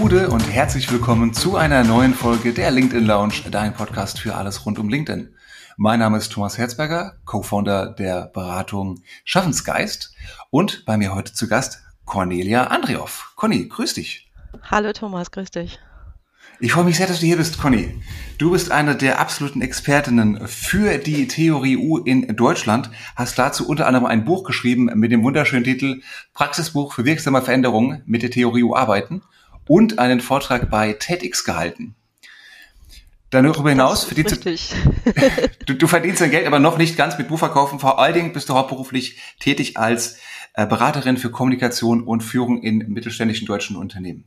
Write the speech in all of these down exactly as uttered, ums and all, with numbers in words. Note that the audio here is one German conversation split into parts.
Gude und herzlich willkommen zu einer neuen Folge der LinkedIn Lounge, dein Podcast für alles rund um LinkedIn. Mein Name ist Thomas Herzberger, Co-Founder der Beratung Schaffensgeist und bei mir heute zu Gast Cornelia Andrioff. Conny, grüß dich. Hallo Thomas, grüß dich. Ich freue mich sehr, dass du hier bist, Conny. Du bist eine der absoluten Expertinnen für die Theorie U in Deutschland, hast dazu unter anderem ein Buch geschrieben mit dem wunderschönen Titel Praxisbuch für wirksame Veränderungen mit der Theorie U arbeiten und einen Vortrag bei TEDx gehalten. Darüber hinaus verdienst du, du, du verdienst dein Geld aber noch nicht ganz mit Buchverkaufen. Vor allen Dingen bist du hauptberuflich tätig als äh, Beraterin für Kommunikation und Führung in mittelständischen deutschen Unternehmen.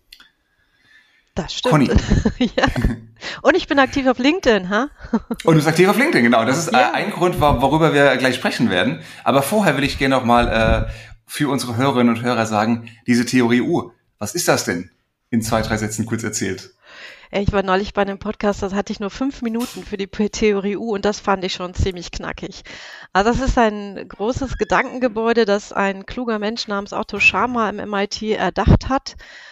Das stimmt. Ja. Und ich bin aktiv auf LinkedIn, ha? Und du bist aktiv auf LinkedIn, genau. Das ist ja. äh, ein Grund, worüber wir gleich sprechen werden. Aber vorher will ich gerne noch mal äh, für unsere Hörerinnen und Hörer sagen, diese Theorie U, was ist das denn? In zwei, drei Sätzen kurz erzählt. Ich war neulich bei einem Podcast, da hatte ich nur fünf Minuten für die Theorie U und das fand ich schon ziemlich knackig. Also das ist ein großes Gedankengebäude, das ein kluger Mensch namens Otto Scharmer im M I T erdacht hat.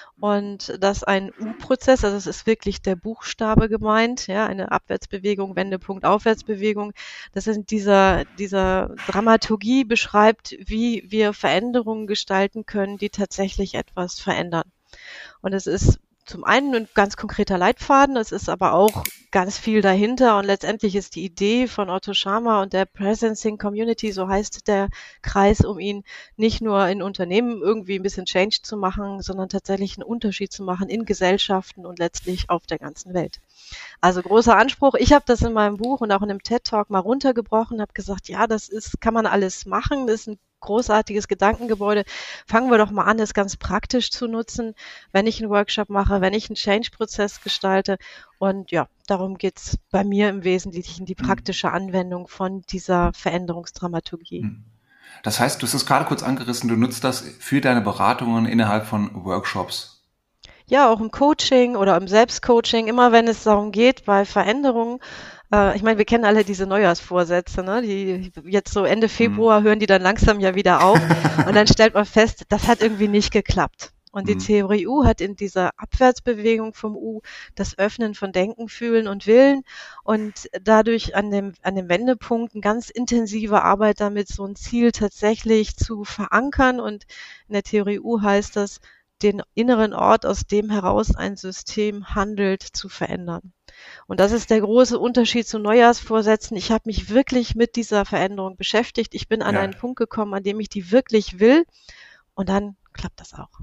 Und das ein U-Prozess, also es ist wirklich der Buchstabe gemeint, ja, eine Abwärtsbewegung, Wendepunkt, Aufwärtsbewegung, das in dieser, dieser Dramaturgie beschreibt, wie wir Veränderungen gestalten können, die tatsächlich etwas verändern. Und es ist zum einen ein ganz konkreter Leitfaden, es ist aber auch ganz viel dahinter und letztendlich ist die Idee von Otto Scharmer und der Presencing Community, so heißt der Kreis um ihn, nicht nur in Unternehmen irgendwie ein bisschen Change zu machen, sondern tatsächlich einen Unterschied zu machen in Gesellschaften und letztlich auf der ganzen Welt. Also großer Anspruch. Ich habe das in meinem Buch und auch in einem TED-Talk mal runtergebrochen, habe gesagt, ja, das ist, kann man alles machen, das ist ein großartiges Gedankengebäude. Fangen wir doch mal an, das ganz praktisch zu nutzen, wenn ich einen Workshop mache, wenn ich einen Change-Prozess gestalte. Und ja, darum geht's bei mir im Wesentlichen, die praktische Anwendung von dieser Veränderungsdramaturgie. Das heißt, du hast es gerade kurz angerissen, du nutzt das für deine Beratungen innerhalb von Workshops. Ja, auch im Coaching oder im Selbstcoaching, immer wenn es darum geht, bei Veränderungen, äh, ich meine, wir kennen alle diese Neujahrsvorsätze, ne? Die jetzt so Ende Februar hören die dann langsam ja wieder auf und dann stellt man fest, das hat irgendwie nicht geklappt. Und die mhm. Theorie U hat in dieser Abwärtsbewegung vom U das Öffnen von Denken, Fühlen und Willen und dadurch an dem, an dem Wendepunkt eine ganz intensive Arbeit damit, so ein Ziel tatsächlich zu verankern. Und in der Theorie U heißt das, den inneren Ort, aus dem heraus ein System handelt, zu verändern. Und das ist der große Unterschied zu Neujahrsvorsätzen. Ich habe mich wirklich mit dieser Veränderung beschäftigt. Ich bin an ja. einen Punkt gekommen, an dem ich die wirklich will. Und dann klappt das auch.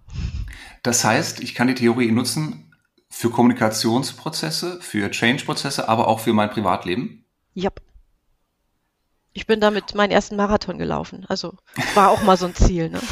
Das heißt, ich kann die Theorie nutzen für Kommunikationsprozesse, für Change-Prozesse, aber auch für mein Privatleben? Ja. Ich bin damit meinen ersten Marathon gelaufen. Also war auch mal so ein Ziel. Ne?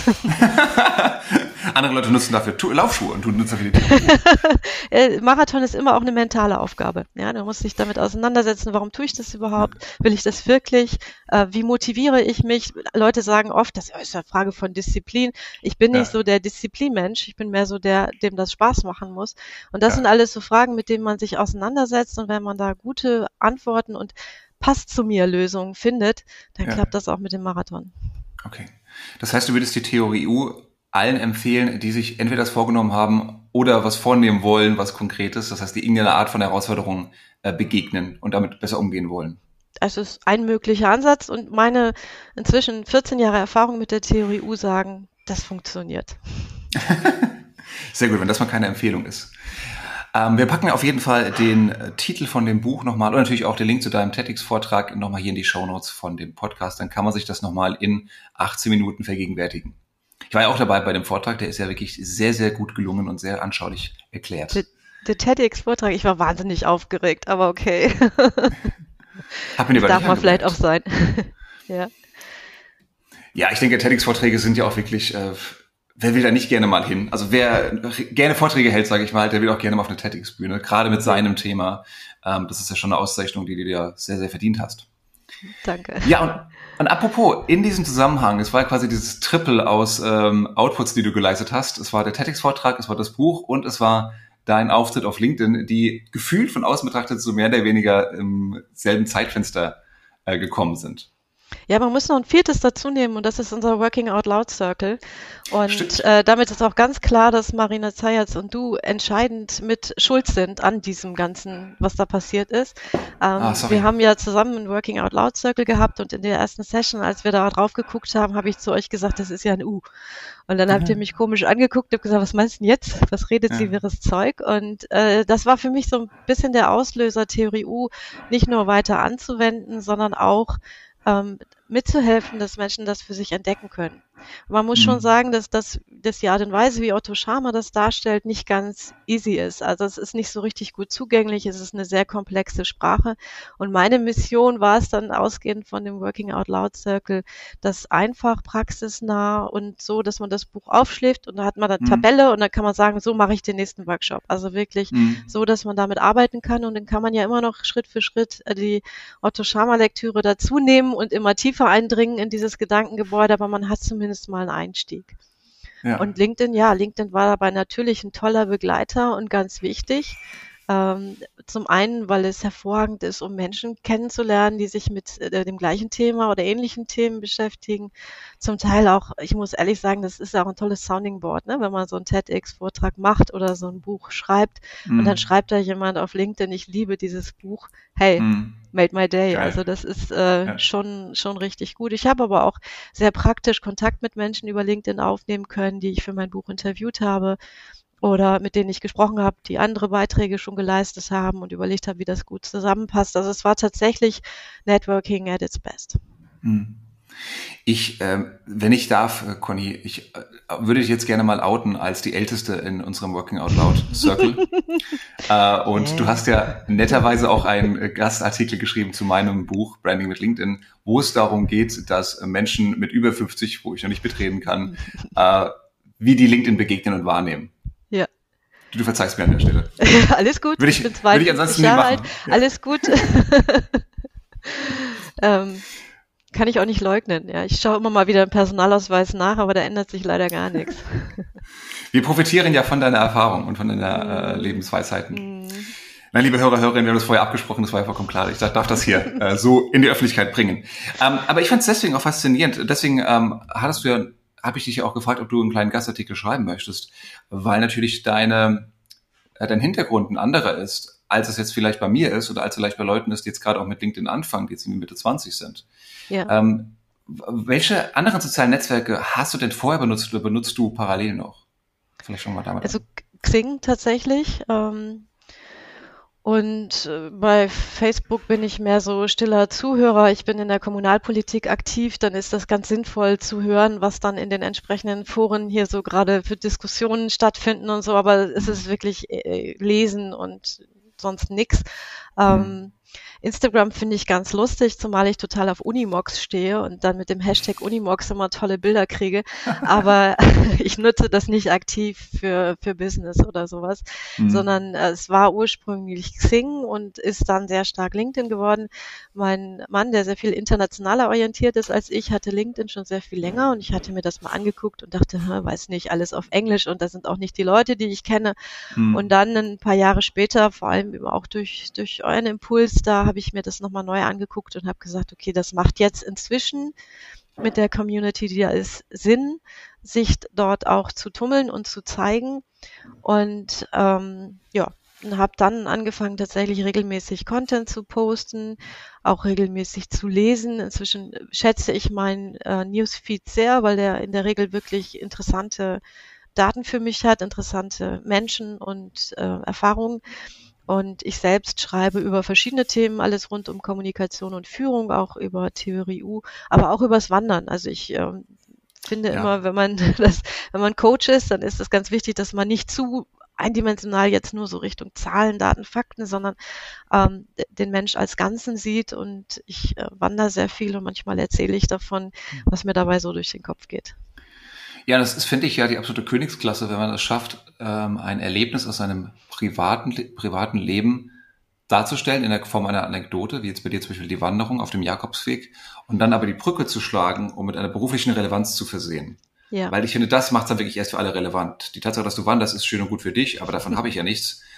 Andere Leute nutzen dafür tu- Laufschuhe und du nutzt dafür die Theorie. Marathon ist immer auch eine mentale Aufgabe. Ja, du musst dich damit auseinandersetzen, warum tue ich das überhaupt? Will ich das wirklich? Äh, wie motiviere ich mich? Leute sagen oft, das ist eine Frage von Disziplin. Ich bin nicht ja. so der Disziplinmensch. Ich bin mehr so der, dem das Spaß machen muss. Und das ja. sind alles so Fragen, mit denen man sich auseinandersetzt. Und wenn man da gute Antworten und passt zu mir Lösungen findet, dann ja. klappt das auch mit dem Marathon. Okay. Das heißt, du würdest die Theorie U allen empfehlen, die sich entweder das vorgenommen haben oder was vornehmen wollen, was Konkretes, das heißt, die irgendeine Art von Herausforderung äh, begegnen und damit besser umgehen wollen. Es ist ein möglicher Ansatz und meine inzwischen vierzehn Jahre Erfahrung mit der Theorie U sagen, das funktioniert. Sehr gut, wenn das mal keine Empfehlung ist. Ähm, wir packen auf jeden Fall den äh, Titel von dem Buch nochmal und natürlich auch den Link zu deinem TEDx-Vortrag nochmal hier in die Shownotes von dem Podcast. Dann kann man sich das nochmal in achtzehn Minuten vergegenwärtigen. Ich war ja auch dabei bei dem Vortrag, der ist ja wirklich sehr, sehr gut gelungen und sehr anschaulich erklärt. Der, der TEDx-Vortrag, ich war wahnsinnig aufgeregt, aber okay. Hab mir das darf man vielleicht auch sein. ja. ja, ich denke, TEDx-Vorträge sind ja auch wirklich... Äh, Wer will da nicht gerne mal hin? Also wer gerne Vorträge hält, sage ich mal, der will auch gerne mal auf eine TEDx-Bühne, gerade mit seinem Thema. Ähm, das ist ja schon eine Auszeichnung, die du dir sehr, sehr verdient hast. Danke. Ja, und, und apropos, in diesem Zusammenhang, es war quasi dieses Triple aus ähm, Outputs, die du geleistet hast. Es war der TEDx-Vortrag, es war das Buch und es war dein Auftritt auf LinkedIn, die gefühlt von außen betrachtet so mehr oder weniger im selben Zeitfenster äh, gekommen sind. Ja, man muss noch ein viertes dazu nehmen und das ist unser Working Out Loud Circle. Und Stimmt. äh, damit ist auch ganz klar, dass Marina Zayatz und du entscheidend mit schuld sind an diesem Ganzen, was da passiert ist. Ah, Ähm, wir sorry. haben ja zusammen einen Working Out Loud Circle gehabt und in der ersten Session, als wir da drauf geguckt haben, habe ich zu euch gesagt, das ist ja ein U. Und dann habt ihr mich komisch angeguckt und gesagt, was meinst du denn jetzt? Was redet sie Ja. wirres Zeug? Und äh, das war für mich so ein bisschen der Auslöser, Theorie U nicht nur weiter anzuwenden, sondern auch ähm, mitzuhelfen, dass Menschen das für sich entdecken können. Man muss schon Mhm. sagen, dass das, dass die Art und Weise, wie Otto Scharmer das darstellt, nicht ganz easy ist. Also es ist nicht so richtig gut zugänglich, es ist eine sehr komplexe Sprache. Und meine Mission war es dann, ausgehend von dem Working Out Loud Circle, das einfach praxisnah und so, dass man das Buch aufschlägt und da hat man eine Mhm. Tabelle und dann kann man sagen, so mache ich den nächsten Workshop. Also wirklich Mhm. so, dass man damit arbeiten kann und dann kann man ja immer noch Schritt für Schritt äh, die Otto Scharmer Lektüre dazu nehmen und immer tiefer eindringen in dieses Gedankengebäude, aber man hat zumindest mal einen Einstieg. Ja. Und LinkedIn, ja, LinkedIn war dabei natürlich ein toller Begleiter und ganz wichtig. Ähm, zum einen, weil es hervorragend ist, um Menschen kennenzulernen, die sich mit äh, dem gleichen Thema oder ähnlichen Themen beschäftigen. Zum Teil auch, ich muss ehrlich sagen, das ist auch ein tolles Sounding Board, ne? Wenn man so einen TEDx-Vortrag macht oder so ein Buch schreibt und dann Mhm. schreibt da jemand auf LinkedIn, ich liebe dieses Buch. Hey, Mhm. made my day. Also Geil. das ist äh, Ja. schon schon richtig gut. Ich habe aber auch sehr praktisch Kontakt mit Menschen über LinkedIn aufnehmen können, die ich für mein Buch interviewt habe oder mit denen ich gesprochen habe, die andere Beiträge schon geleistet haben und überlegt habe, wie das gut zusammenpasst. Also es war tatsächlich Networking at its best. Mhm. Ich, ähm, wenn ich darf, äh, Conny, ich äh, würde dich jetzt gerne mal outen als die Älteste in unserem Working Out Loud Circle. Äh, und du Yeah. hast ja netterweise auch einen äh, Gastartikel geschrieben zu meinem Buch Branding mit LinkedIn, wo es darum geht, dass äh, Menschen mit über fünfzig, wo ich noch nicht mitreden kann, äh, wie die LinkedIn begegnen und wahrnehmen. Ja, Du, du verzeihst mir an der Stelle. alles gut. Würde Ich ich, bin würde ich zweiundfünfzig ansonsten nie Jahre alt. machen. Ja. Alles gut. ähm, kann ich auch nicht leugnen. Ja, ich schaue immer mal wieder im Personalausweis nach, aber da ändert sich leider gar nichts. Wir profitieren ja von deiner Erfahrung und von deiner äh, Mm, Lebensweisheiten. mm. Nein, liebe Hörer, Hörerinnen, wir haben das vorher abgesprochen, das war ja vollkommen klar. Ich darf das hier äh, so in die Öffentlichkeit bringen. Ähm, aber ich fand es deswegen auch faszinierend. Deswegen ähm, hattest du ja, habe ich dich ja auch gefragt, ob du einen kleinen Gastartikel schreiben möchtest, weil natürlich deine, äh, dein Hintergrund ein anderer ist, als es jetzt vielleicht bei mir ist oder als vielleicht bei Leuten ist, die jetzt gerade auch mit LinkedIn anfangen, die jetzt in die Mitte zwanzig sind. Ja, Ähm, welche anderen sozialen Netzwerke hast du denn vorher benutzt oder benutzt du parallel noch? Vielleicht schon mal damit also an. Xing tatsächlich. Ähm, Und äh, bei Facebook bin ich mehr so stiller Zuhörer. Ich bin in der Kommunalpolitik aktiv. Dann ist das ganz sinnvoll zu hören, was dann in den entsprechenden Foren hier so gerade für Diskussionen stattfinden und so. Aber es ist wirklich äh, lesen und sonst nix. Hm. Ähm, Instagram finde ich ganz lustig, zumal ich total auf Unimox stehe und dann mit dem Hashtag Unimox immer tolle Bilder kriege. Aber ich nutze das nicht aktiv für, für Business oder sowas, Hm. sondern äh, es war ursprünglich Xing und ist dann sehr stark LinkedIn geworden. Mein Mann, der sehr viel internationaler orientiert ist als ich, hatte LinkedIn schon sehr viel länger und ich hatte mir das mal angeguckt und dachte, hm, weiß nicht, alles auf Englisch und da sind auch nicht die Leute, die ich kenne. Und Hm. dann ein paar Jahre später, vor allem eben auch durch, durch euren Impuls, da habe ich mir das nochmal neu angeguckt und habe gesagt, okay, das macht jetzt inzwischen mit der Community, die da ist, Sinn, sich dort auch zu tummeln und zu zeigen. Und ähm, ja, und habe dann angefangen, tatsächlich regelmäßig Content zu posten, auch regelmäßig zu lesen. Inzwischen schätze ich meinen äh, Newsfeed sehr, weil der in der Regel wirklich interessante Daten für mich hat, interessante Menschen und äh, Erfahrungen. Und ich selbst schreibe über verschiedene Themen, alles rund um Kommunikation und Führung, auch über Theorie U, aber auch übers Wandern. Also ich ähm, finde Ja. immer, wenn man das, wenn man Coach ist, dann ist es ganz wichtig, dass man nicht zu eindimensional jetzt nur so Richtung Zahlen, Daten, Fakten, sondern ähm, den Mensch als Ganzen sieht. Und ich äh, wandere sehr viel und manchmal erzähle ich davon, was mir dabei so durch den Kopf geht. Ja, das ist, finde ich, ja die absolute Königsklasse, wenn man es schafft, ähm, ein Erlebnis aus seinem privaten, privaten Leben darzustellen in der Form einer Anekdote, wie jetzt bei dir zum Beispiel die Wanderung auf dem Jakobsweg, und dann aber die Brücke zu schlagen, um mit einer beruflichen Relevanz zu versehen. Ja. Weil ich finde, das macht es dann wirklich erst für alle relevant. Die Tatsache, dass du wanderst, ist schön und gut für dich, aber davon habe ich ja nichts.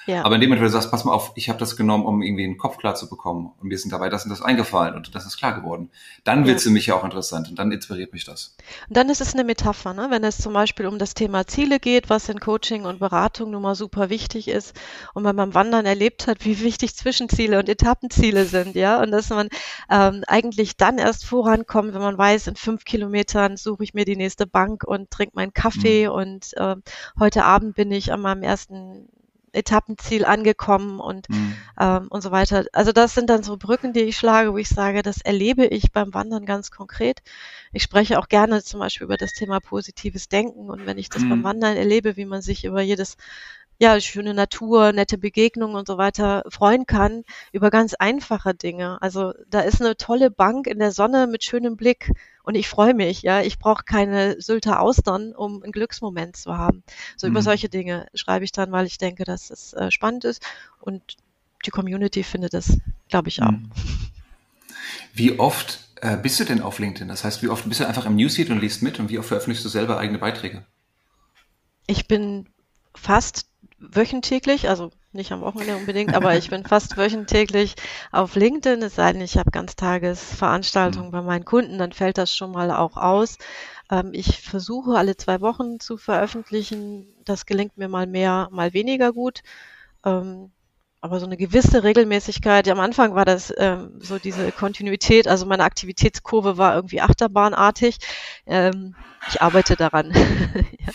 Ja. Aber in dem Moment, wenn du sagst, pass mal auf, ich habe das genommen, um irgendwie den Kopf klar zu bekommen und mir sind dabei das und das eingefallen und das ist klar geworden, dann wird es Ja. für mich ja auch interessant und dann inspiriert mich das. Und dann ist es eine Metapher, ne? Wenn es zum Beispiel um das Thema Ziele geht, was in Coaching und Beratung nun mal super wichtig ist und man beim Wandern erlebt hat, wie wichtig Zwischenziele und Etappenziele sind, ja, und dass man ähm, eigentlich dann erst vorankommt, wenn man weiß, in fünf Kilometern suche ich mir die nächste Bank und trinke meinen Kaffee Mhm. und ähm, heute Abend bin ich an meinem ersten Etappenziel angekommen und Mhm. ähm, und so weiter. Also das sind dann so Brücken, die ich schlage, wo ich sage, das erlebe ich beim Wandern ganz konkret. Ich spreche auch gerne zum Beispiel über das Thema positives Denken und wenn ich das beim Mhm. Wandern erlebe, wie man sich über jedes, ja, schöne Natur, nette Begegnungen und so weiter freuen kann, über ganz einfache Dinge. Also da ist eine tolle Bank in der Sonne mit schönem Blick und ich freue mich, ja. Ich brauche keine Sylter Austern, um einen Glücksmoment zu haben. So über Mhm. solche Dinge schreibe ich dann, weil ich denke, dass es äh, spannend ist und die Community findet das, glaube ich, auch. Mhm. Wie oft äh, bist du denn auf LinkedIn? Das heißt, wie oft bist du einfach im Newsfeed und liest mit und wie oft veröffentlichst du selber eigene Beiträge? Ich bin fast wöchentlich, also nicht am Wochenende unbedingt, aber ich bin fast wöchentlich auf LinkedIn, es sei denn, ich habe Ganztagesveranstaltungen Mhm. bei meinen Kunden, dann fällt das schon mal auch aus. Ähm, ich versuche alle zwei Wochen zu veröffentlichen. Das gelingt mir mal mehr, mal weniger gut. Ähm, aber so eine gewisse Regelmäßigkeit. Am Anfang war das ähm, so diese Kontinuität, also meine Aktivitätskurve war irgendwie achterbahnartig. Ähm, ich arbeite daran. Ja.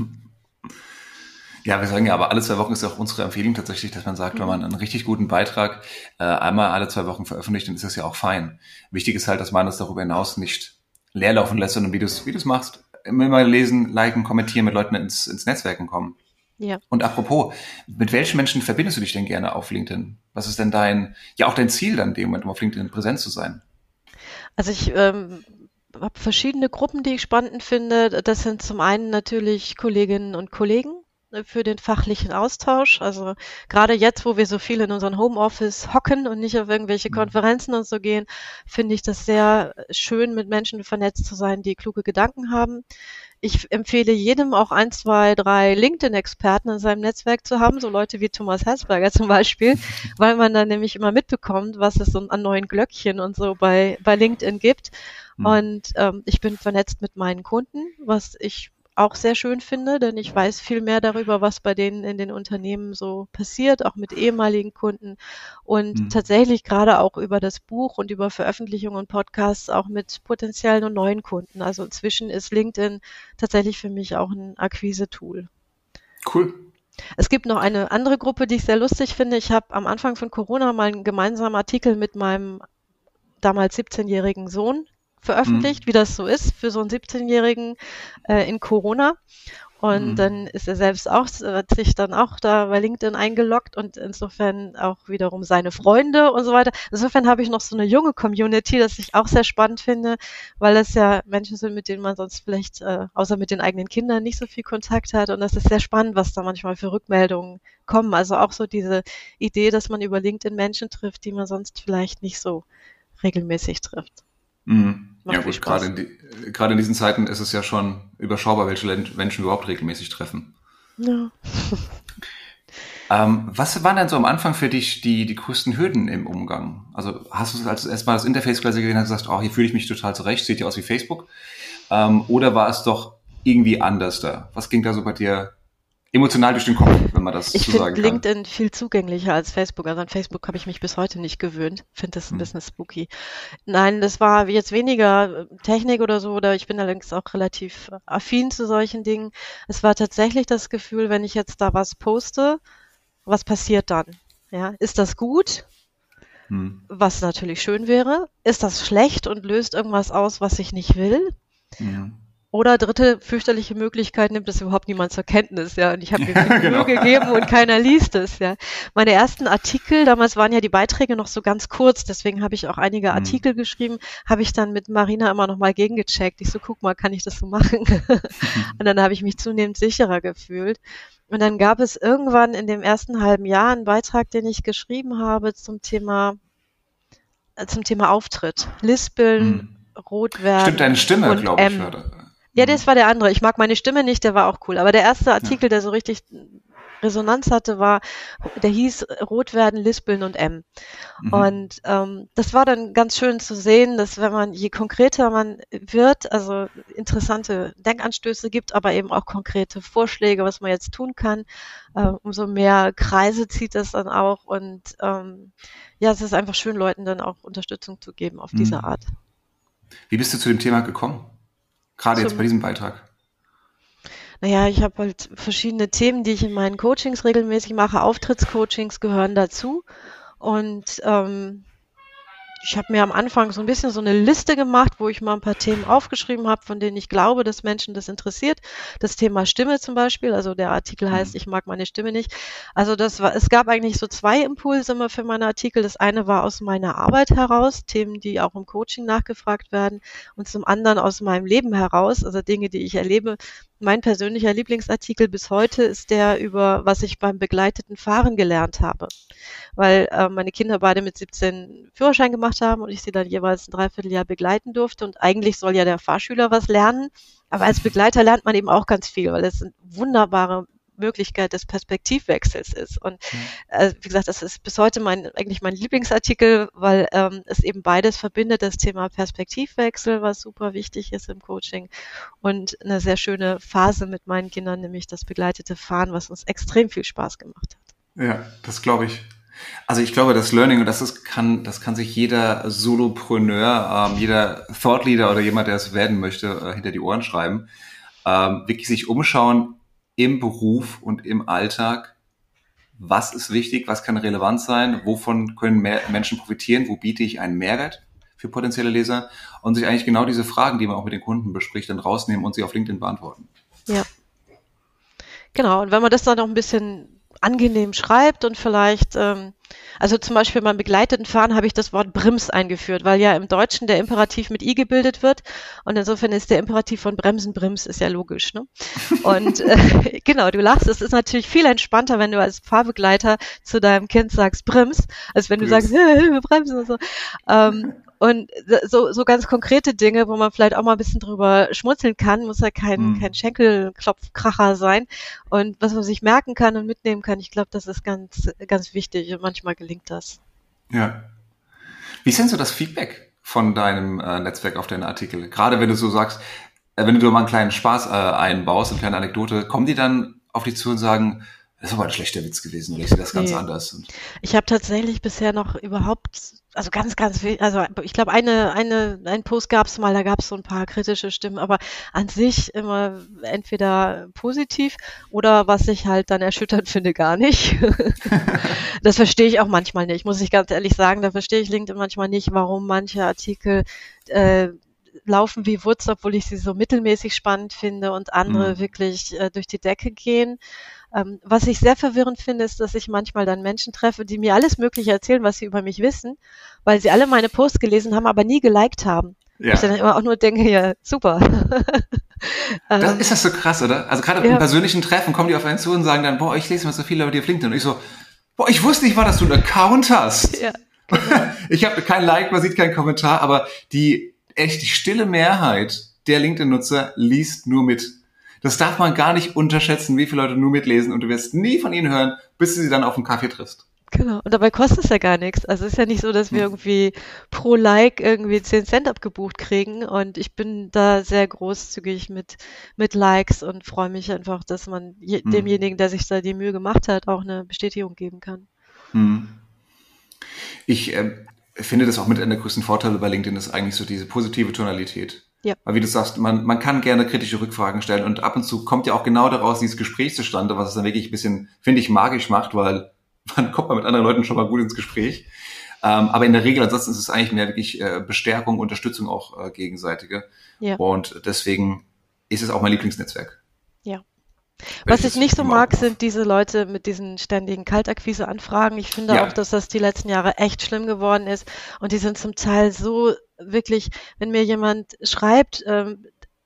Ja, wir sagen ja, aber alle zwei Wochen ist auch unsere Empfehlung tatsächlich, dass man sagt, wenn Mhm. man einen richtig guten Beitrag äh, einmal alle zwei Wochen veröffentlicht, dann ist das ja auch fein. Wichtig ist halt, dass man das darüber hinaus nicht leer laufen lässt, sondern wie du es wie du es machst, immer mal lesen, liken, kommentieren, mit Leuten ins, ins Netzwerken kommen. Ja. Und apropos, mit welchen Menschen verbindest du dich denn gerne auf LinkedIn? Was ist denn dein, ja auch dein Ziel dann in dem Moment, um auf LinkedIn präsent zu sein? Also ich ähm, habe verschiedene Gruppen, die ich spannend finde. Das sind zum einen natürlich Kolleginnen und Kollegen äh, für den fachlichen Austausch. Also gerade jetzt, wo wir so viel in unseren Homeoffice hocken und nicht auf irgendwelche Konferenzen und so gehen, finde ich das sehr schön, mit Menschen vernetzt zu sein, die kluge Gedanken haben. Ich empfehle jedem auch ein, zwei, drei LinkedIn-Experten in seinem Netzwerk zu haben, so Leute wie Thomas Herzberger zum Beispiel, weil man dann nämlich immer mitbekommt, was es so an neuen Glöckchen und so bei, bei LinkedIn gibt. Hm. Und ähm, ich bin vernetzt mit meinen Kunden, was ich auch sehr schön finde, denn ich weiß viel mehr darüber, was bei denen in den Unternehmen so passiert, auch mit ehemaligen Kunden und Hm. tatsächlich gerade auch über das Buch und über Veröffentlichungen und Podcasts auch mit potenziellen und neuen Kunden. Also inzwischen ist LinkedIn tatsächlich für mich auch ein Akquise-Tool. Cool. Es gibt noch eine andere Gruppe, die ich sehr lustig finde. Ich habe am Anfang von Corona mal einen gemeinsamen Artikel mit meinem damals siebzehnjährigen Sohn veröffentlicht, Hm. wie das so ist für so einen siebzehnjährigen äh, in Corona. Und Hm. dann ist er selbst auch, hat sich dann auch da bei LinkedIn eingeloggt und insofern auch wiederum seine Freunde und so weiter. Insofern habe ich noch so eine junge Community, das ich auch sehr spannend finde, weil das ja Menschen sind, mit denen man sonst vielleicht, äh, außer mit den eigenen Kindern, nicht so viel Kontakt hat. Und das ist sehr spannend, was da manchmal für Rückmeldungen kommen. Also auch so diese Idee, dass man über LinkedIn Menschen trifft, die man sonst vielleicht nicht so regelmäßig trifft. Mhm. Macht Ja viel gut, gerade Spaß. in, die, gerade in diesen Zeiten ist es ja schon überschaubar, welche Len- Menschen wir überhaupt regelmäßig treffen. Ja. Ähm, was waren denn so am Anfang für dich die, die größten Hürden im Umgang? Also hast du als erstmal das Interface quasi gesehen und gesagt, oh, hier fühle ich mich total zurecht, sieht ja aus wie Facebook? Ähm, oder war es doch irgendwie anders da? Was ging da so bei dir emotional durch den Kopf, wenn man das Ich so sagen finde kann? LinkedIn viel zugänglicher als Facebook. Also an Facebook habe ich mich bis heute nicht gewöhnt. Finde das ein Hm. bisschen spooky. Nein, das war jetzt weniger äh, Technik oder so, oder ich bin allerdings auch relativ äh, affin zu solchen Dingen. Es war tatsächlich das Gefühl, wenn ich jetzt da was poste, was passiert dann? Ja, ist das gut? Hm. Was natürlich schön wäre. Ist das schlecht und löst irgendwas aus, was ich nicht will? Hm. Oder dritte fürchterliche Möglichkeit, nimmt es überhaupt niemand zur Kenntnis, ja. Und ich habe mir viel Mühe Genau. gegeben und keiner liest es, ja. Meine ersten Artikel, damals waren ja die Beiträge noch so ganz kurz, deswegen habe ich auch einige Hm. Artikel geschrieben, habe ich dann mit Marina immer noch mal gegengecheckt. Ich so, guck mal, kann ich das so machen? Und dann habe ich mich zunehmend sicherer gefühlt. Und dann gab es irgendwann in dem ersten halben Jahr einen Beitrag, den ich geschrieben habe zum Thema, äh, zum Thema Auftritt. Lispeln, Hm. rot Stimmt, werden deine Stimme, und glaube ich, M. war da. Ja, Hm. das war der andere. Ich mag meine Stimme nicht, der war auch cool. Aber der erste Ja. Artikel, der so richtig Resonanz hatte, war, der hieß Rot werden, Lispeln und M. Mhm. Und ähm, das war dann ganz schön zu sehen, dass wenn man, je konkreter man wird, also interessante Denkanstöße gibt, aber eben auch konkrete Vorschläge, was man jetzt tun kann, äh, umso mehr Kreise zieht das dann auch. Und ähm, ja, es ist einfach schön, Leuten dann auch Unterstützung zu geben auf mhm. diese Art. Wie bist du zu dem Thema gekommen? Gerade Zum, jetzt bei diesem Beitrag. Naja, ich habe halt verschiedene Themen, die ich in meinen Coachings regelmäßig mache. Auftrittscoachings gehören dazu. Und ähm, ich habe mir am Anfang so ein bisschen so eine Liste gemacht, wo ich mal ein paar Themen aufgeschrieben habe, von denen ich glaube, dass Menschen das interessiert. Das Thema Stimme zum Beispiel, also der Artikel heißt, ich mag meine Stimme nicht. Also das war, es gab eigentlich so zwei Impulse immer für meine Artikel. Das eine war aus meiner Arbeit heraus, Themen, die auch im Coaching nachgefragt werden, und zum anderen aus meinem Leben heraus, also Dinge, die ich erlebe. Mein persönlicher Lieblingsartikel bis heute ist der über, was ich beim begleiteten Fahren gelernt habe. Weil äh, meine Kinder beide mit siebzehn Führerschein gemacht haben und ich sie dann jeweils ein Dreivierteljahr begleiten durfte. Und eigentlich soll ja der Fahrschüler was lernen, aber als Begleiter lernt man eben auch ganz viel, weil es eine wunderbare Möglichkeit des Perspektivwechsels ist. Und äh, wie gesagt, das ist bis heute mein eigentlich mein Lieblingsartikel, weil ähm, es eben beides verbindet, das Thema Perspektivwechsel, was super wichtig ist im Coaching, und eine sehr schöne Phase mit meinen Kindern, nämlich das begleitete Fahren, was uns extrem viel Spaß gemacht hat. Ja, das glaube ich. Also ich glaube, das Learning, und das ist, kann, das kann sich jeder Solopreneur, ähm, jeder Thought Leader oder jemand, der es werden möchte, äh, hinter die Ohren schreiben, ähm, wirklich sich umschauen im Beruf und im Alltag. Was ist wichtig? Was kann relevant sein? Wovon können mehr Menschen profitieren? Wo biete ich einen Mehrwert für potenzielle Leser? Und sich eigentlich genau diese Fragen, die man auch mit den Kunden bespricht, dann rausnehmen und sie auf LinkedIn beantworten. Ja. Genau. Und wenn man das dann noch ein bisschen angenehm schreibt und vielleicht, ähm, also zum Beispiel beim begleiteten Fahren habe ich das Wort Brims eingeführt, weil ja im Deutschen der Imperativ mit I gebildet wird und insofern ist der Imperativ von Bremsen Brims, ist ja logisch, ne? Und äh, genau, du lachst, es ist natürlich viel entspannter, wenn du als Fahrbegleiter zu deinem Kind sagst Brims, als wenn du Brims. sagst, hey, bremsen und so. Ähm, Und so, so ganz konkrete Dinge, wo man vielleicht auch mal ein bisschen drüber schmunzeln kann, muss ja kein, mhm. kein Schenkelklopfkracher sein. Und was man sich merken kann und mitnehmen kann, ich glaube, das ist ganz, ganz wichtig und manchmal gelingt das. Ja. Wie ist denn so das Feedback von deinem äh, Netzwerk auf deine Artikel? Gerade wenn du so sagst, äh, wenn du mal einen kleinen Spaß äh, einbaust, eine kleine Anekdote, kommen die dann auf dich zu und sagen, das ist aber ein schlechter Witz gewesen, oder ich sehe das ganz nee. anders. Und ich habe tatsächlich bisher noch überhaupt, also ganz, ganz viel, also ich glaube, eine, eine, einen Post gab es mal, da gab es so ein paar kritische Stimmen, aber an sich immer entweder positiv oder, was ich halt dann erschütternd finde, gar nicht. Das verstehe ich auch manchmal nicht, muss ich ganz ehrlich sagen, da verstehe ich LinkedIn manchmal nicht, warum manche Artikel äh, laufen wie Wurz, obwohl ich sie so mittelmäßig spannend finde und andere mhm. wirklich äh, durch die Decke gehen. Ähm, was ich sehr verwirrend finde, ist, dass ich manchmal dann Menschen treffe, die mir alles Mögliche erzählen, was sie über mich wissen, weil sie alle meine Posts gelesen haben, aber nie geliked haben. Ja. Ich dann immer auch nur denke, ja, super. Das, ist das so krass, oder? Also gerade ja. im persönlichen Treffen kommen die auf einen zu und sagen dann, boah, ich lese mal so viel über dir auf LinkedIn. Und ich so, boah, ich wusste nicht mal, dass du einen Account hast. Ja. Ich habe kein Like, man sieht keinen Kommentar, aber die echt die stille Mehrheit der LinkedIn-Nutzer liest nur mit. Das darf man gar nicht unterschätzen, wie viele Leute nur mitlesen, und du wirst nie von ihnen hören, bis du sie dann auf dem Kaffee triffst. Genau, und dabei kostet es ja gar nichts. Also es ist ja nicht so, dass wir irgendwie pro Like irgendwie zehn Cent abgebucht kriegen, und ich bin da sehr großzügig mit mit Likes und freue mich einfach, dass man je, hm. demjenigen, der sich da die Mühe gemacht hat, auch eine Bestätigung geben kann. Hm. Ich äh, finde das auch mit einer der größten Vorteile bei LinkedIn ist eigentlich so diese positive Tonalität. Ja. Weil wie du sagst, man, man kann gerne kritische Rückfragen stellen, und ab und zu kommt ja auch genau daraus dieses Gespräch zustande, was es dann wirklich ein bisschen, finde ich, magisch macht, weil man kommt mal mit anderen Leuten schon mal gut ins Gespräch. Ähm, aber in der Regel ansonsten ist es eigentlich mehr wirklich äh, Bestärkung, Unterstützung auch äh, gegenseitige. Ja. Und deswegen ist es auch mein Lieblingsnetzwerk. Ja. Was ich nicht so mag, sind diese Leute mit diesen ständigen Kaltakquise-Anfragen. Ich finde ja. auch, dass das die letzten Jahre echt schlimm geworden ist. Und die sind zum Teil so wirklich, wenn mir jemand schreibt, ähm,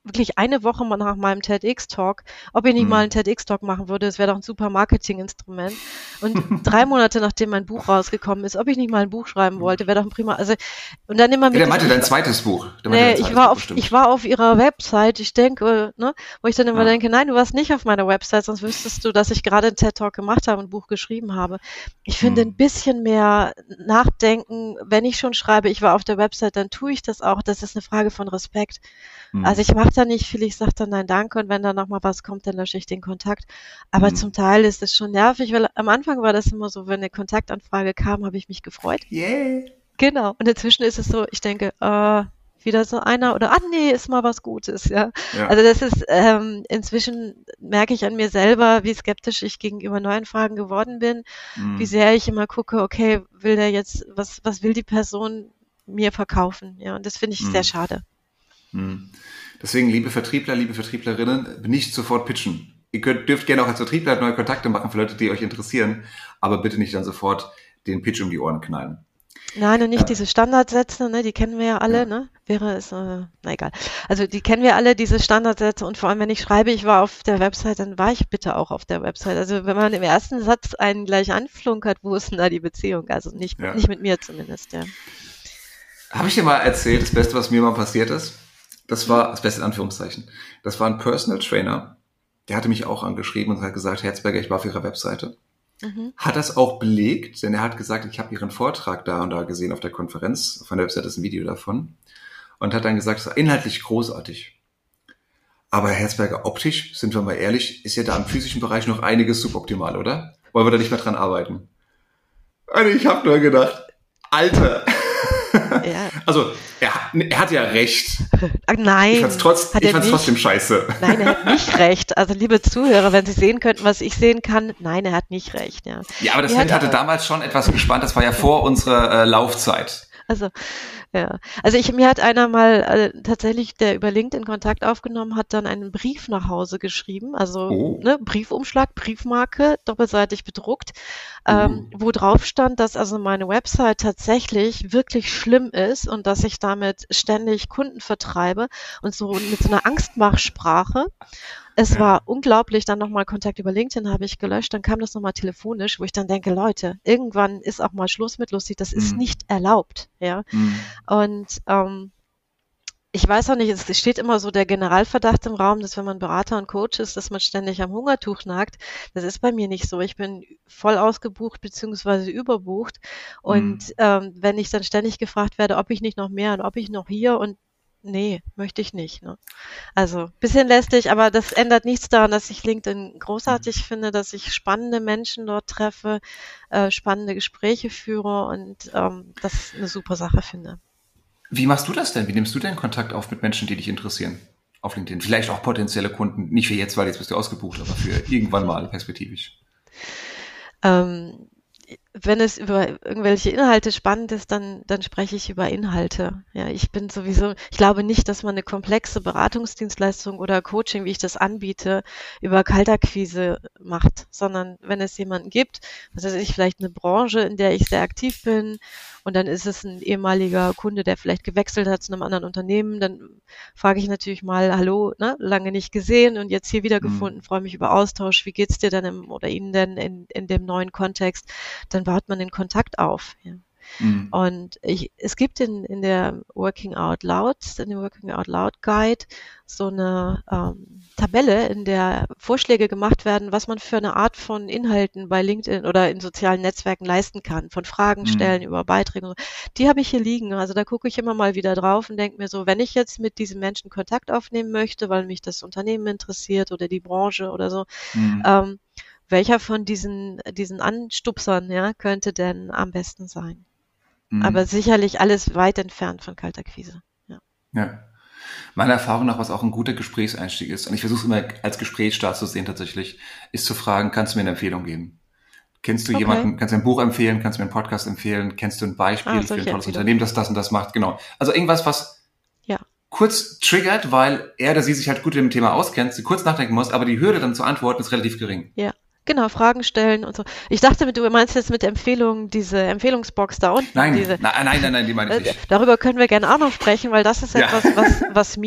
wirklich eine Woche mal nach meinem TEDx-Talk, ob ich nicht Mhm. mal einen TEDx-Talk machen würde, das wäre doch ein super Marketinginstrument. Und drei Monate nachdem mein Buch rausgekommen ist, ob ich nicht mal ein Buch schreiben wollte, wäre doch ein prima, also, und dann immer Ja, mit der diesem, meinte ich, dein zweites Buch. Der meinte nee, dein ich zweites war Buch auf, bestimmt. ich war auf ihrer Website, ich denke, ne, wo ich dann immer Ja. denke, nein, du warst nicht auf meiner Website, sonst wüsstest du, dass ich gerade einen TED-Talk gemacht habe und ein Buch geschrieben habe. Ich finde ein Mhm. bisschen mehr nachdenken, wenn ich schon schreibe, ich war auf der Website, dann tue ich das auch. Das ist eine Frage von Respekt. Mhm. Also ich mache da nicht viel, ich sage dann nein, danke und wenn da nochmal was kommt, dann lösche ich den Kontakt. Aber Mhm. zum Teil ist es schon nervig, weil am Anfang war das immer so, wenn eine Kontaktanfrage kam, habe ich mich gefreut. Yeah. Genau. Und inzwischen ist es so, ich denke, äh, wieder so einer oder, ah nee, ist mal was Gutes, ja. Ja. Also das ist, ähm, inzwischen merke ich an mir selber, wie skeptisch ich gegenüber neuen Fragen geworden bin, wie Mhm. sehr ich immer gucke, okay, will der jetzt, was, was will die Person mir verkaufen, ja. Und das finde ich sehr Mhm. schade. Mhm. Deswegen, liebe Vertriebler, liebe Vertrieblerinnen, nicht sofort pitchen. Ihr könnt, dürft gerne auch als Vertriebler neue Kontakte machen für Leute, die euch interessieren, aber bitte nicht dann sofort den Pitch um die Ohren knallen. Nein, und nicht Ja. diese Standardsätze, ne, die kennen wir ja alle, Ja. ne? Wäre es, äh, na egal. Also die kennen wir alle, diese Standardsätze und vor allem, wenn ich schreibe, ich war auf der Website, dann war ich bitte auch auf der Website. Also wenn man im ersten Satz einen gleich anflunkert, wo ist denn da die Beziehung? Also nicht, Ja. nicht mit mir zumindest, ja. Habe ich dir mal erzählt, das Beste, was mir mal passiert ist? Das war, das Beste in Anführungszeichen, das war ein Personal Trainer, der hatte mich auch angeschrieben und hat gesagt, Herzberger, ich war auf Ihrer Webseite. Mhm. Hat das auch belegt, denn er hat gesagt, ich habe Ihren Vortrag da und da gesehen auf der Konferenz, auf meiner Webseite ist ein Video davon, und hat dann gesagt, es war inhaltlich großartig. Aber Herr Herzberger, optisch, sind wir mal ehrlich, ist ja da im physischen Bereich noch einiges suboptimal, oder? Wollen wir da nicht mehr dran arbeiten? Und ich habe nur gedacht, Alter. Ja. Also, er, er hat ja recht. Ach, nein, Ich fand's, trotz, hat ich er fand's nicht. trotzdem scheiße. Nein, er hat nicht recht. Also liebe Zuhörer, wenn Sie sehen könnten, was ich sehen kann, nein, er hat nicht recht, ja. Ja, aber das Er Feld hat- hatte damals schon etwas gespannt. Das war ja vor unserer äh, Laufzeit. Also, ja. Also ich, mir hat einer mal äh, tatsächlich, der über LinkedIn Kontakt aufgenommen hat, dann einen Brief nach Hause geschrieben, also Oh. ne, Briefumschlag, Briefmarke, doppelseitig bedruckt, ähm, Uh. wo drauf stand, dass also meine Website tatsächlich wirklich schlimm ist und dass ich damit ständig Kunden vertreibe und so mit so einer Angstmachsprache. Es Ja. war unglaublich, dann nochmal Kontakt über LinkedIn habe ich gelöscht, dann kam das nochmal telefonisch, wo ich dann denke, Leute, irgendwann ist auch mal Schluss mit lustig, das ist Mhm. nicht erlaubt, ja. Hm. Und ähm, ich weiß auch nicht, es steht immer so der Generalverdacht im Raum, dass wenn man Berater und Coach ist, dass man ständig am Hungertuch nagt. Das ist bei mir nicht so. Ich bin voll ausgebucht beziehungsweise überbucht. Und Mhm. ähm, wenn ich dann ständig gefragt werde, ob ich nicht noch mehr und ob ich noch hier und nee, möchte ich nicht. Ne? Also bisschen lästig, aber das ändert nichts daran, dass ich LinkedIn großartig finde, dass ich spannende Menschen dort treffe, äh, spannende Gespräche führe und ähm, das eine super Sache finde. Wie machst du das denn? Wie nimmst du denn Kontakt auf mit Menschen, die dich interessieren? Auf LinkedIn. Vielleicht auch potenzielle Kunden. Nicht für jetzt, weil jetzt bist du ausgebucht, aber für irgendwann mal perspektivisch. Ähm, wenn es über irgendwelche Inhalte spannend ist, dann, dann spreche ich über Inhalte. Ja, ich bin sowieso, ich glaube nicht, dass man eine komplexe Beratungsdienstleistung oder Coaching, wie ich das anbiete, über Kaltakquise macht, sondern wenn es jemanden gibt, was weiß ich, vielleicht eine Branche, in der ich sehr aktiv bin, und dann ist es ein ehemaliger Kunde, der vielleicht gewechselt hat zu einem anderen Unternehmen, dann frage ich natürlich mal, hallo, ne, lange nicht gesehen und jetzt hier wieder gefunden, freue mich über Austausch, wie geht's dir denn im, oder Ihnen denn in, in dem neuen Kontext? Dann baut man den Kontakt auf. Ja. Mhm. Und ich, es gibt in, in der Working Out Loud, in dem Working Out Loud Guide so eine ähm, Tabelle, in der Vorschläge gemacht werden, was man für eine Art von Inhalten bei LinkedIn oder in sozialen Netzwerken leisten kann, von Fragen stellen Mhm. über Beiträge und so. Die habe ich hier liegen. Also da gucke ich immer mal wieder drauf und denke mir so, wenn ich jetzt mit diesem Menschen Kontakt aufnehmen möchte, weil mich das Unternehmen interessiert oder die Branche oder so, Mhm. ähm, welcher von diesen, diesen Anstupsern, ja, könnte denn am besten sein? Mhm. Aber sicherlich alles weit entfernt von Kaltakquise. Ja. Ja. Meiner Erfahrung nach, was auch ein guter Gesprächseinstieg ist, und ich versuche es immer als Gesprächsstart zu sehen tatsächlich, ist zu fragen, kannst du mir eine Empfehlung geben? Kennst du Okay. jemanden, kannst du ein Buch empfehlen, kannst du mir einen Podcast empfehlen, kennst du ein Beispiel Ah, für solche ein tolles Empfehlungen. Unternehmen, das das und das macht? Genau. Also irgendwas, was Ja. kurz triggert, weil er oder sie sich halt gut mit dem Thema auskennt, sie kurz nachdenken muss, aber die Hürde dann zu antworten ist relativ gering. Ja. Genau, Fragen stellen und so. Ich dachte, du meinst jetzt mit Empfehlungen diese Empfehlungsbox da unten. Nein, Diese, nein, nein, nein, nein, die meine ich äh, nicht. darüber können wir gerne auch noch sprechen, weil das ist Ja. etwas, was, was mir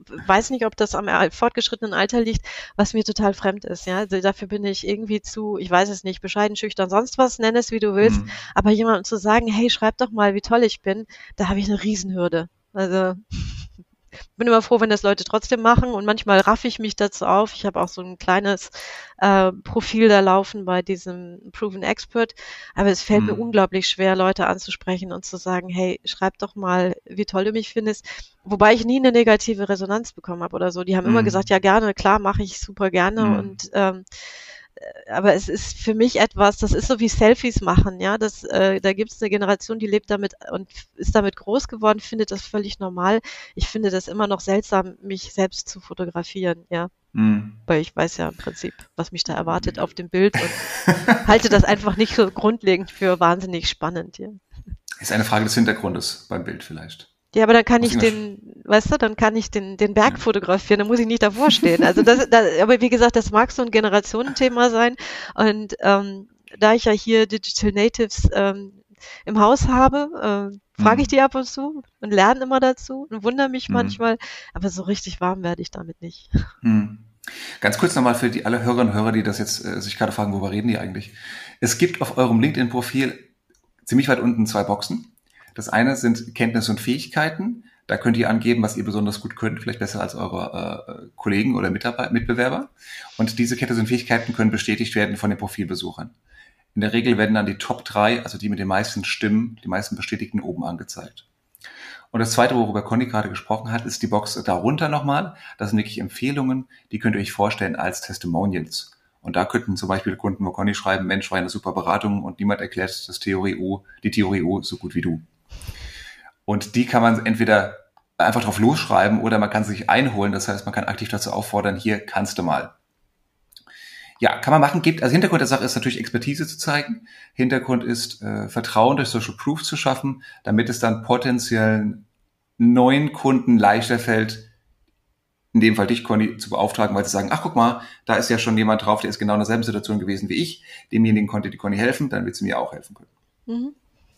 weiß nicht, ob das am fortgeschrittenen Alter liegt, was mir total fremd ist. Ja, also dafür bin ich irgendwie zu, ich weiß es nicht, bescheiden, schüchtern, sonst was, nenn es wie du willst. Mhm. Aber jemandem zu sagen, hey, schreib doch mal, wie toll ich bin, da habe ich eine Riesenhürde. Also bin immer froh, wenn das Leute trotzdem machen und manchmal raffe ich mich dazu auf. Ich habe auch so ein kleines äh, Profil da laufen bei diesem Proven Expert, aber es fällt mir Mhm. unglaublich schwer, Leute anzusprechen und zu sagen, hey, schreib doch mal, wie toll du mich findest, wobei ich nie eine negative Resonanz bekommen habe oder so. Die haben immer gesagt, Mhm. ja gerne, klar, mache ich super gerne Mhm. und ähm, aber es ist für mich etwas, das ist so wie Selfies machen, ja, das, äh, da gibt es eine Generation, die lebt damit und ist damit groß geworden, findet das völlig normal. Ich finde das immer noch seltsam, mich selbst zu fotografieren, ja, Mhm. weil ich weiß ja im Prinzip, was mich da erwartet auf dem Bild und halte das einfach nicht so grundlegend für wahnsinnig spannend, ja. Ist eine Frage des Hintergrundes beim Bild vielleicht. Ja, aber dann kann Muss ich immer sch- den, weißt du, dann kann ich den, den Berg Ja. fotografieren, dann muss ich nicht davor stehen. Also das, das, aber wie gesagt, das mag so ein Generationenthema sein. Und ähm, da ich ja hier Digital Natives ähm, im Haus habe, äh, frage ich Mhm. die ab und zu und lerne immer dazu und wundere mich Mhm. manchmal, aber so richtig warm werde ich damit nicht. Mhm. Ganz kurz nochmal für die alle Hörerinnen und Hörer, die das jetzt äh, sich gerade fragen, worüber reden die eigentlich? Es gibt auf eurem LinkedIn-Profil ziemlich weit unten zwei Boxen. Das eine sind Kenntnisse und Fähigkeiten. Da könnt ihr angeben, was ihr besonders gut könnt, vielleicht besser als eure äh, Kollegen oder Mitarbeit- Mitbewerber. Und diese Kenntnisse und Fähigkeiten können bestätigt werden von den Profilbesuchern. In der Regel werden dann die Top drei, also die mit den meisten Stimmen, die meisten Bestätigten oben angezeigt. Und das zweite, worüber Conny gerade gesprochen hat, ist die Box darunter nochmal. Das sind wirklich Empfehlungen, die könnt ihr euch vorstellen als Testimonials. Und da könnten zum Beispiel Kunden, wo Conny schreiben, Mensch, war eine super Beratung und niemand erklärt das Theorie U, die Theorie U so gut wie du. Und die kann man entweder einfach drauf losschreiben oder man kann sich einholen. Das heißt, man kann aktiv dazu auffordern, hier kannst du mal. Ja, kann man machen. Gibt, also Hintergrund der Sache ist natürlich Expertise zu zeigen. Hintergrund ist äh, Vertrauen durch Social Proof zu schaffen, damit es dann potenziellen neuen Kunden leichter fällt, in dem Fall dich, Conny, zu beauftragen, weil sie sagen, ach guck mal, da ist ja schon jemand drauf, der ist genau in derselben Situation gewesen wie ich. Demjenigen konnte die Conny helfen, dann wird sie mir auch helfen können. Mhm.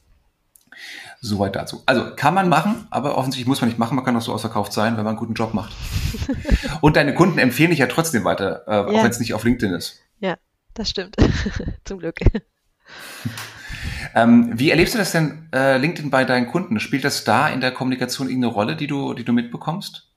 Soweit dazu. Also kann man machen, aber offensichtlich muss man nicht machen. Man kann auch so ausverkauft sein, wenn man einen guten Job macht. Und deine Kunden empfehlen dich ja trotzdem weiter, äh, auch Ja, wenn es nicht auf LinkedIn ist. ja, das stimmt. Zum Glück. Ähm, wie erlebst du das denn, äh, LinkedIn bei deinen Kunden? Spielt das da in der Kommunikation irgendeine Rolle, die du, die du mitbekommst?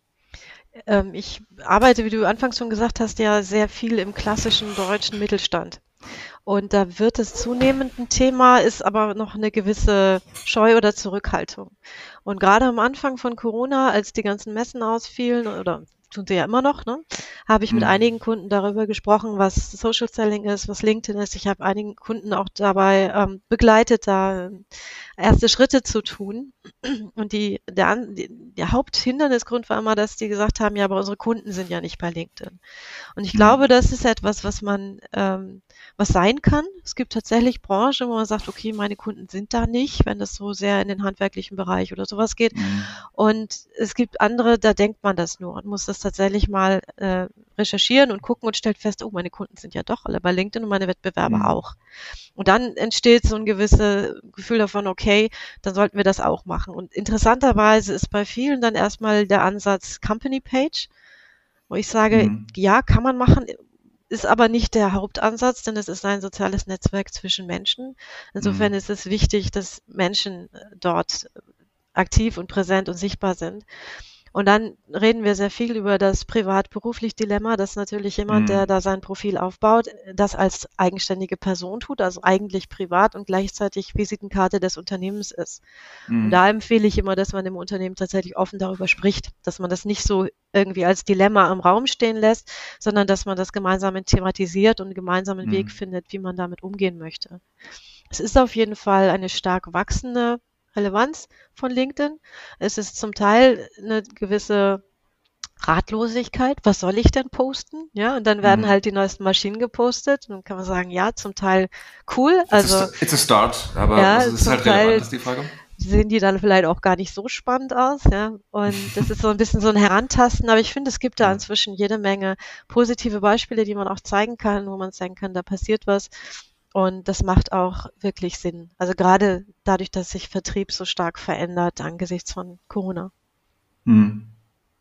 Ähm, ich arbeite, wie du anfangs schon gesagt hast, ja sehr viel im klassischen deutschen Mittelstand. Und da wird es zunehmend ein Thema, ist aber noch eine gewisse Scheu oder Zurückhaltung. Und gerade am Anfang von Corona, als die ganzen Messen ausfielen, oder tun sie ja immer noch, ne, habe ich mit Hm. einigen Kunden darüber gesprochen, was Social Selling ist, was LinkedIn ist. Ich habe einigen Kunden auch dabei ähm, begleitet, da ähm, erste Schritte zu tun. Und die, der, An- die, der Haupthindernisgrund war immer, dass die gesagt haben, ja, aber unsere Kunden sind ja nicht bei LinkedIn. Und ich glaube, Hm. das ist etwas, was man, ähm, was sein kann. Es gibt tatsächlich Branchen, wo man sagt, okay, meine Kunden sind da nicht, wenn das so sehr in den handwerklichen Bereich oder sowas geht. Hm. Und es gibt andere, da denkt man das nur und muss das tatsächlich mal äh, recherchieren und gucken und stellt fest, oh, meine Kunden sind ja doch alle bei LinkedIn und meine Wettbewerber Hm. auch. Und dann entsteht so ein gewisses Gefühl davon, okay, dann sollten wir das auch machen. Und interessanterweise ist bei vielen dann erstmal der Ansatz Company Page, wo ich sage, Hm. ja, kann man machen, ist aber nicht der Hauptansatz, denn es ist ein soziales Netzwerk zwischen Menschen. Insofern Hm. ist es wichtig, dass Menschen äh, dort aktiv und präsent und sichtbar sind. Und dann reden wir sehr viel über das privat-beruflich Dilemma, dass natürlich jemand, der Hm. da sein Profil aufbaut, das als eigenständige Person tut, also eigentlich privat und gleichzeitig Visitenkarte des Unternehmens ist. Und Hm. da empfehle ich immer, dass man im Unternehmen tatsächlich offen darüber spricht, dass man das nicht so irgendwie als Dilemma im Raum stehen lässt, sondern dass man das gemeinsam thematisiert und einen gemeinsamen Weg Hm. findet, wie man damit umgehen möchte. Es ist auf jeden Fall eine stark wachsende Relevanz von LinkedIn. Es ist zum Teil eine gewisse Ratlosigkeit. Was soll ich denn posten? Ja, und dann werden Hm. halt die neuesten Maschinen gepostet. Und dann kann man sagen, ja, zum Teil cool. It's a, Also st- it's a start, aber ja, es ist zum halt relevant, Teil ist die Frage. sehen die dann vielleicht auch gar nicht so spannend aus, ja. Und das ist so ein bisschen so ein Herantasten, aber ich finde, es gibt da Hm. inzwischen jede Menge positive Beispiele, die man auch zeigen kann, wo man zeigen kann, da passiert was. Und das macht auch wirklich Sinn. Also gerade dadurch, dass sich Vertrieb so stark verändert angesichts von Corona. Hm.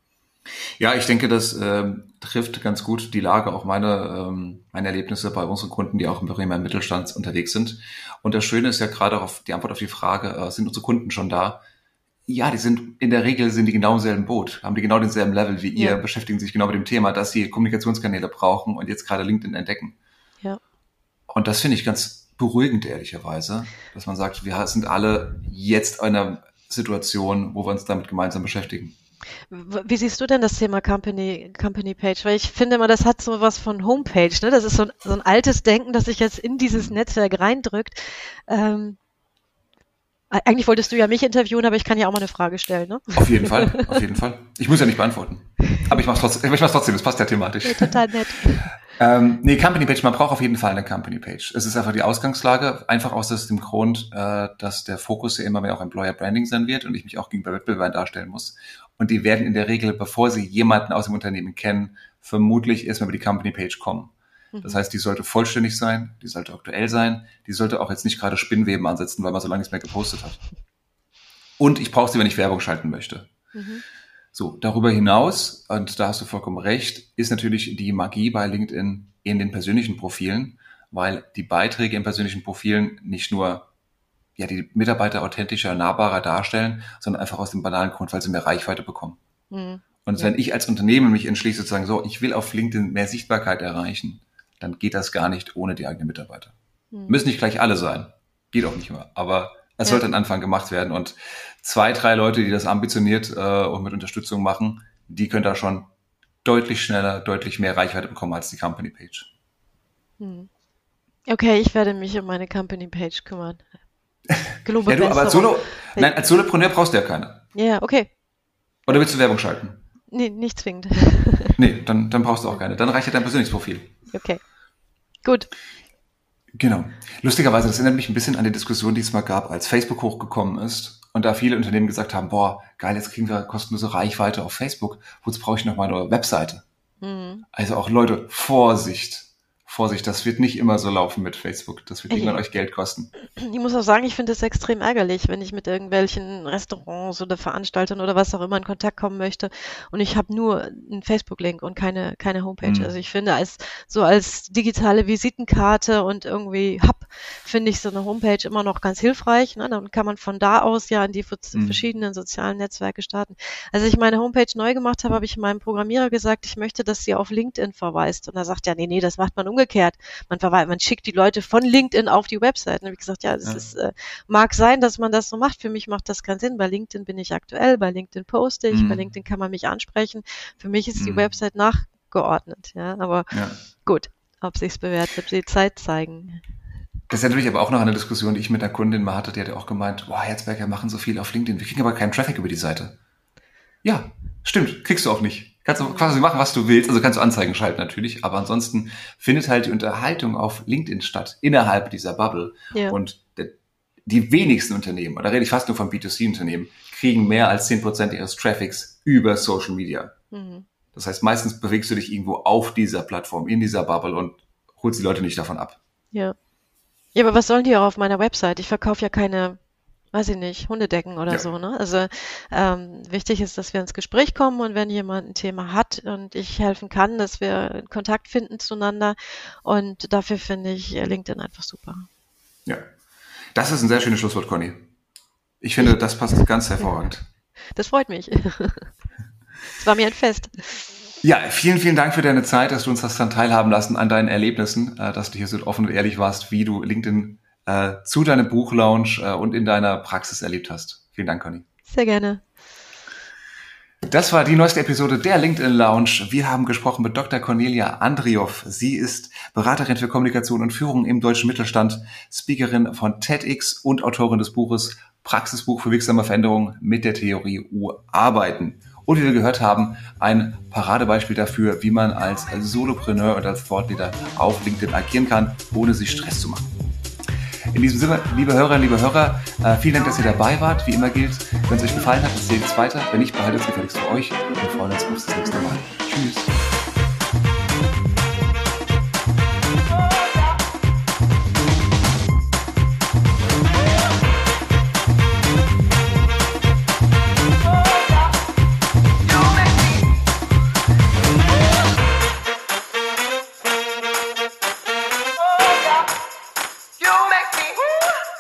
Ja, ich denke, das ähm, trifft ganz gut die Lage, auch meine, ähm, meine Erlebnisse bei unseren Kunden, die auch im Bremer Mittelstand unterwegs sind. Und das Schöne ist ja gerade auf die Antwort auf die Frage, äh, sind unsere Kunden schon da? Ja, die sind, in der Regel sind die genau im selben Boot, haben die genau denselben Level wie ihr, Ja. beschäftigen sich genau mit dem Thema, dass sie Kommunikationskanäle brauchen und jetzt gerade LinkedIn entdecken. Ja. Und das finde ich ganz beruhigend, ehrlicherweise, dass man sagt, wir sind alle jetzt in einer Situation, wo wir uns damit gemeinsam beschäftigen. W- Wie siehst du denn das Thema Company, Company Page? Weil ich finde immer, das hat so was von Homepage, ne? Das ist so ein, so ein altes Denken, das sich jetzt in dieses Netzwerk reindrückt. Ähm, e- eigentlich wolltest du ja mich interviewen, aber ich kann ja auch mal eine Frage stellen, ne? Auf jeden Fall, auf jeden Fall. Ich muss ja nicht beantworten. Aber ich mache trotzdem, ich mach's trotzdem, das passt ja thematisch. Ja, total nett. Ähm, nee, Company Page, man braucht auf jeden Fall eine Company Page. Es ist einfach die Ausgangslage, einfach aus dem Grund, äh, dass der Fokus ja immer mehr auch Employer Branding sein wird und ich mich auch gegenüber Wettbewerbern darstellen muss. Und die werden in der Regel, bevor sie jemanden aus dem Unternehmen kennen, vermutlich erstmal über die Company Page kommen. Das heißt, die sollte vollständig sein, die sollte aktuell sein, die sollte auch jetzt nicht gerade Spinnweben ansetzen, weil man so lange nichts mehr gepostet hat. Und ich brauche sie, wenn ich Werbung schalten möchte. Mhm. So, darüber hinaus, und da hast du vollkommen recht, ist natürlich die Magie bei LinkedIn in den persönlichen Profilen, weil die Beiträge in persönlichen Profilen nicht nur ja die Mitarbeiter authentischer, nahbarer darstellen, sondern einfach aus dem banalen Grund, weil sie mehr Reichweite bekommen. Mhm. Und Ja. wenn ich als Unternehmen mich entschließe, sozusagen so, ich will auf LinkedIn mehr Sichtbarkeit erreichen, dann geht das gar nicht ohne die eigenen Mitarbeiter. Mhm. Müssen nicht gleich alle sein, geht auch nicht immer, aber es Ja. sollte an Anfang gemacht werden und zwei, drei Leute, die das ambitioniert äh, und mit Unterstützung machen, die können da schon deutlich schneller, deutlich mehr Reichweite bekommen als die Company Page. Mhm. Okay, ich werde mich um meine Company Page kümmern. Gelobe Ja, du, aber als Besserung. Solo, nein, als Solopreneur brauchst du ja keine. Ja, okay. Oder willst du Werbung schalten? Nee, nicht zwingend. Nee, dann, dann brauchst du auch keine. Dann reicht ja dein persönliches Profil. Okay. Gut. Genau. Lustigerweise, das erinnert mich ein bisschen an die Diskussion, die es mal gab, als Facebook hochgekommen ist und da viele Unternehmen gesagt haben, boah, geil, jetzt kriegen wir kostenlose Reichweite auf Facebook, wozu brauche ich noch mal eine Webseite? Mhm. Also auch Leute, Vorsicht, Vorsicht, das wird nicht immer so laufen mit Facebook, das wird Ey. irgendwann euch Geld kosten. Ich muss auch sagen, ich finde es extrem ärgerlich, wenn ich mit irgendwelchen Restaurants oder Veranstaltern oder was auch immer in Kontakt kommen möchte und ich habe nur einen Facebook-Link und keine, keine Homepage. Mhm. Also ich finde, als so als digitale Visitenkarte und irgendwie Hub finde ich so eine Homepage immer noch ganz hilfreich. Ne? Dann kann man von da aus ja in die vers- Mhm. verschiedenen sozialen Netzwerke starten. Als ich meine Homepage neu gemacht habe, habe ich meinem Programmierer gesagt, ich möchte, dass sie auf LinkedIn verweist. Und er sagt, ja, nee, nee, das macht man umgekehrt. Man verweist, man schickt die Leute von LinkedIn auf die Website. Und habe ich gesagt, ja, das Ja. ist, äh, mag sein, dass man das so macht. Für mich macht das keinen Sinn. Bei LinkedIn bin ich aktuell, bei LinkedIn poste ich, Mhm. bei LinkedIn kann man mich ansprechen. Für mich ist die Mhm. Website nachgeordnet. Ja, aber Ja. gut, ob sich's bewährt, wird die Zeit zeigen. Das ist natürlich aber auch noch eine Diskussion, die ich mit einer Kundin mal hatte, die hat ja auch gemeint, boah, Herzberger machen so viel auf LinkedIn, wir kriegen aber keinen Traffic über die Seite. Ja, stimmt, kriegst du auch nicht. Kannst du quasi machen, was du willst, also kannst du Anzeigen schalten natürlich, aber ansonsten findet halt die Unterhaltung auf LinkedIn statt, innerhalb dieser Bubble. Ja. Und der, die wenigsten Unternehmen, und da rede ich fast nur von B zwei C-Unternehmen, kriegen mehr als zehn Prozent ihres Traffics über Social Media. Mhm. Das heißt, meistens bewegst du dich irgendwo auf dieser Plattform, in dieser Bubble und holst die Leute nicht davon ab. Ja. Ja, aber was sollen die auch auf meiner Website? Ich verkaufe ja keine, weiß ich nicht, Hundedecken oder Ja. so, ne? Also ähm, wichtig ist, dass wir ins Gespräch kommen und wenn jemand ein Thema hat und ich helfen kann, dass wir Kontakt finden zueinander und dafür finde ich äh, LinkedIn einfach super. Ja, das ist ein sehr schönes Schlusswort, Conny. Ich finde, das passt ganz hervorragend. Das freut mich. Es war mir ein Fest. Ja, vielen, vielen Dank für deine Zeit, dass du uns das dann teilhaben lassen an deinen Erlebnissen, äh, dass du hier so offen und ehrlich warst, wie du LinkedIn äh, zu deinem Buchlaunch äh, und in deiner Praxis erlebt hast. Vielen Dank, Conny. Sehr gerne. Das war die neueste Episode der LinkedIn Lounge. Wir haben gesprochen mit Doktor Cornelia Andrioff. Sie ist Beraterin für Kommunikation und Führung im deutschen Mittelstand, Speakerin von TEDx und Autorin des Buches Praxisbuch für wirksame Veränderung mit der Theorie U arbeiten. Und wie wir gehört haben, ein Paradebeispiel dafür, wie man als Solopreneur und als Thought-Leader auf LinkedIn agieren kann, ohne sich Stress zu machen. In diesem Sinne, liebe Hörerinnen, liebe Hörer, äh, vielen Dank, dass ihr dabei wart. Wie immer gilt, wenn es euch gefallen hat, erzählt es weiter. Wenn nicht, behaltet es gefälligst für euch und wir freuen uns auf das nächste Mal. Tschüss.